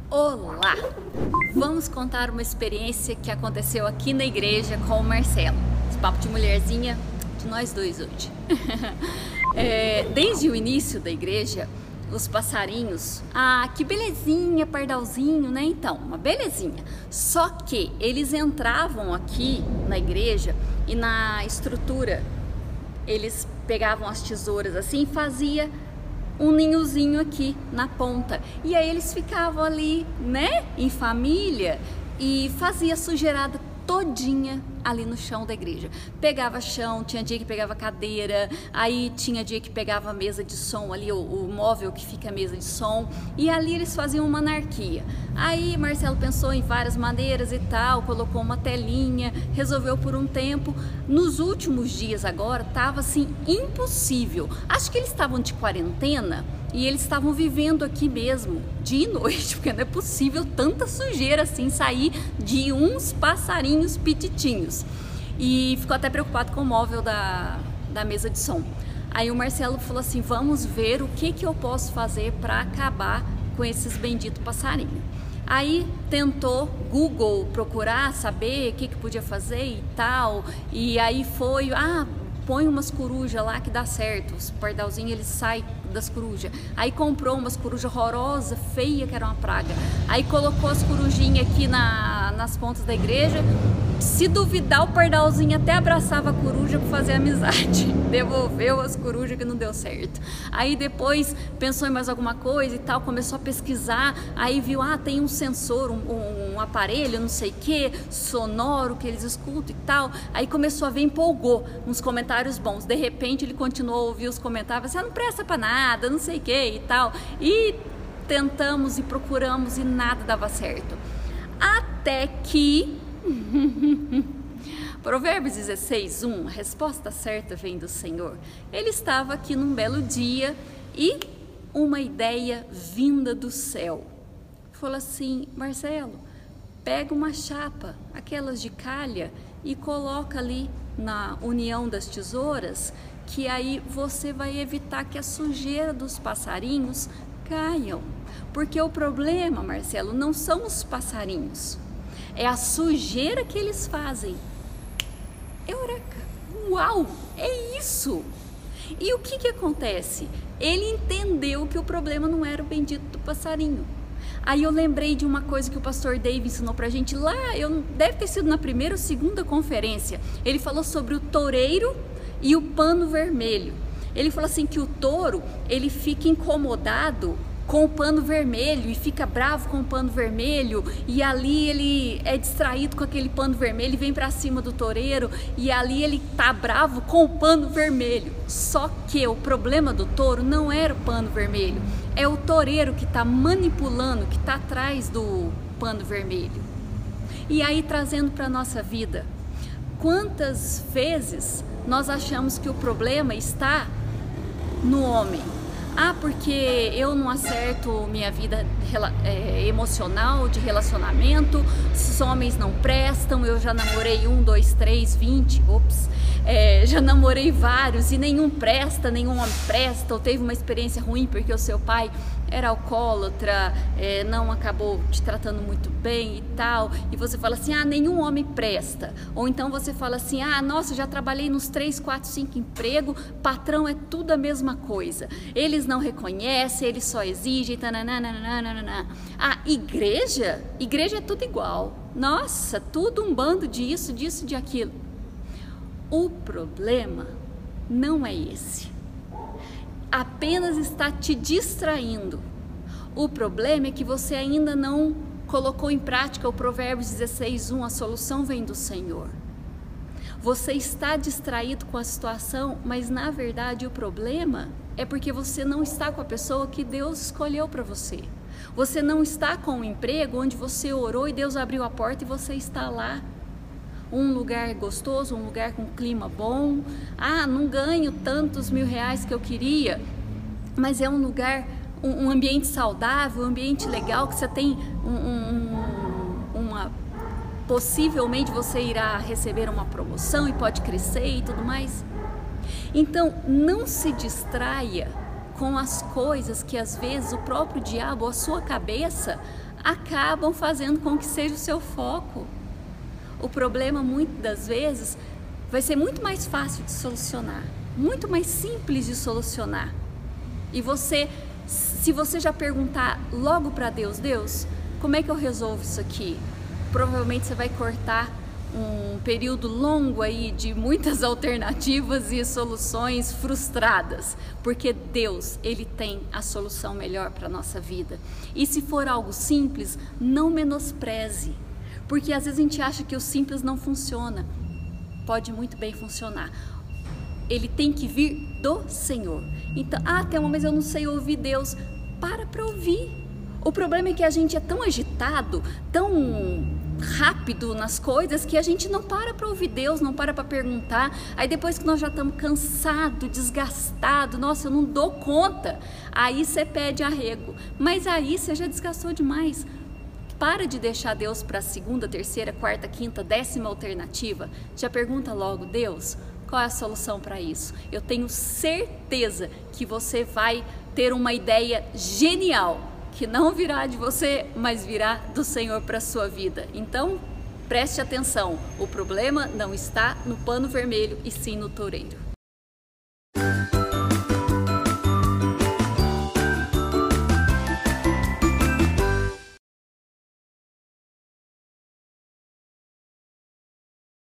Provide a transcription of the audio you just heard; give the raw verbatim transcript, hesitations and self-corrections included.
Olá! Vamos contar uma experiência que aconteceu aqui na igreja com o Marcelo. Esse papo de mulherzinha de nós dois hoje. É, desde o início da igreja, os passarinhos, ah, que belezinha, pardalzinho, né? Então, uma belezinha. Só que eles entravam aqui na igreja e na estrutura, eles pegavam as tesouras assim e fazia um ninhozinho aqui na ponta. E aí eles ficavam ali, né, em família, e fazia sujeirada todinha ali no chão da igreja. Pegava chão, tinha dia que pegava cadeira, aí tinha dia que pegava a mesa de som ali, o, o móvel que fica a mesa de som, e ali eles faziam uma anarquia. Aí Marcelo pensou em várias maneiras e tal, colocou uma telinha, resolveu por um tempo. Nos últimos dias agora, tava assim, impossível. Acho que eles estavam de quarentena e eles estavam vivendo aqui mesmo, dia e noite, porque não é possível tanta sujeira assim sair de uns passarinhos pititinhos. E ficou até preocupado com o móvel da, da mesa de som. Aí o Marcelo falou assim, vamos ver o que, que eu posso fazer para acabar com esses benditos passarinhos. Aí tentou Google procurar, saber o que, que podia fazer e tal, e aí foi, ah, põe umas corujas lá que dá certo, os pardalzinhos eles saem das corujas. Aí comprou umas corujas horrorosas, feia, que era uma praga. Aí colocou as corujinhas aqui na, nas pontas da igreja. Se duvidar, o pardalzinho até abraçava a coruja para fazer amizade. Devolveu as corujas que não deu certo. Aí depois pensou em mais alguma coisa e tal, começou a pesquisar. Aí viu, ah, tem um sensor, um, um aparelho, não sei o que, sonoro que eles escutam e tal. Aí começou a ver, empolgou uns comentários bons. De repente ele continuou a ouvir os comentários, você não presta para nada, não sei o que e tal. E tentamos e procuramos e nada dava certo. Até que Provérbios dezesseis, um, a resposta certa vem do Senhor. Ele estava aqui num belo dia e uma ideia vinda do céu. Falou assim, Marcelo, pega uma chapa, aquelas de calha, e coloca ali na união das tesouras, que aí você vai evitar que a sujeira dos passarinhos caiam. Porque o problema, Marcelo, não são os passarinhos, é a sujeira que eles fazem. Eureka! Uau! É isso! E o que que acontece? Ele entendeu que o problema não era o bendito do passarinho. Aí eu lembrei de uma coisa que o pastor Dave ensinou pra gente lá, eu, deve ter sido na primeira ou segunda conferência. Ele falou sobre o toureiro e o pano vermelho. Ele falou assim que o touro, ele fica incomodado com o pano vermelho e fica bravo com o pano vermelho, e ali ele é distraído com aquele pano vermelho e vem para cima do toureiro, e ali ele tá bravo com o pano vermelho. Só que o problema do touro não era o pano vermelho, é o toureiro que tá manipulando, que tá atrás do pano vermelho. E aí, trazendo para nossa vida, quantas vezes nós achamos que o problema está no homem? Ah, porque eu não acerto minha vida é, emocional, de relacionamento, esses homens não prestam, eu já namorei um, dois, três, vinte, ops, é, já namorei vários e nenhum presta, nenhum homem presta, ou teve uma experiência ruim porque o seu pai era alcoólatra, é, não acabou te tratando muito bem e tal, e você fala assim, ah, nenhum homem presta. Ou então você fala assim, ah, nossa, já trabalhei nos três, quatro, cinco empregos, patrão é tudo a mesma coisa. Eles não reconhecem, eles só exigem, tananana. Ah, igreja? Igreja é tudo igual. Nossa, tudo um bando disso, disso, de aquilo. O problema não é esse. Apenas está te distraindo. O problema é que você ainda não colocou em prática o Provérbios dezesseis, um, a solução vem do Senhor. Você está distraído com a situação, mas na verdade o problema é porque você não está com a pessoa que Deus escolheu para você. Você não está com um emprego onde você orou e Deus abriu a porta e você está lá. Um lugar gostoso, um lugar com clima bom. Ah, não ganho tantos mil reais que eu queria, mas é um lugar, um, um ambiente saudável, um ambiente legal, que você tem um, um, uma... possivelmente você irá receber uma promoção e pode crescer e tudo mais. Então, não se distraia com as coisas que às vezes o próprio diabo, a sua cabeça, acabam fazendo com que seja o seu foco. O problema, muitas das vezes, vai ser muito mais fácil de solucionar, muito mais simples de solucionar. E você, se você já perguntar logo para Deus, Deus, como é que eu resolvo isso aqui? Provavelmente você vai cortar um período longo aí de muitas alternativas e soluções frustradas, porque Deus, Ele tem a solução melhor para a nossa vida. E se for algo simples, não menospreze, porque às vezes a gente acha que o simples não funciona. Pode muito bem funcionar. Ele tem que vir do Senhor. Então, ah, Thelma, mas eu não sei ouvir Deus. Para para ouvir. O problema é que a gente é tão agitado, tão rápido nas coisas, que a gente não para para ouvir Deus, não para para perguntar. Aí depois que nós já estamos cansados, desgastados, nossa, eu não dou conta, aí você pede arrego. Mas aí você já desgastou demais. Para de deixar Deus para a segunda, terceira, quarta, quinta, décima alternativa. Já pergunta logo, Deus, qual é a solução para isso? Eu tenho certeza que você vai ter uma ideia genial, que não virá de você, mas virá do Senhor para a sua vida. Então, preste atenção, o problema não está no pano vermelho e sim no toureiro.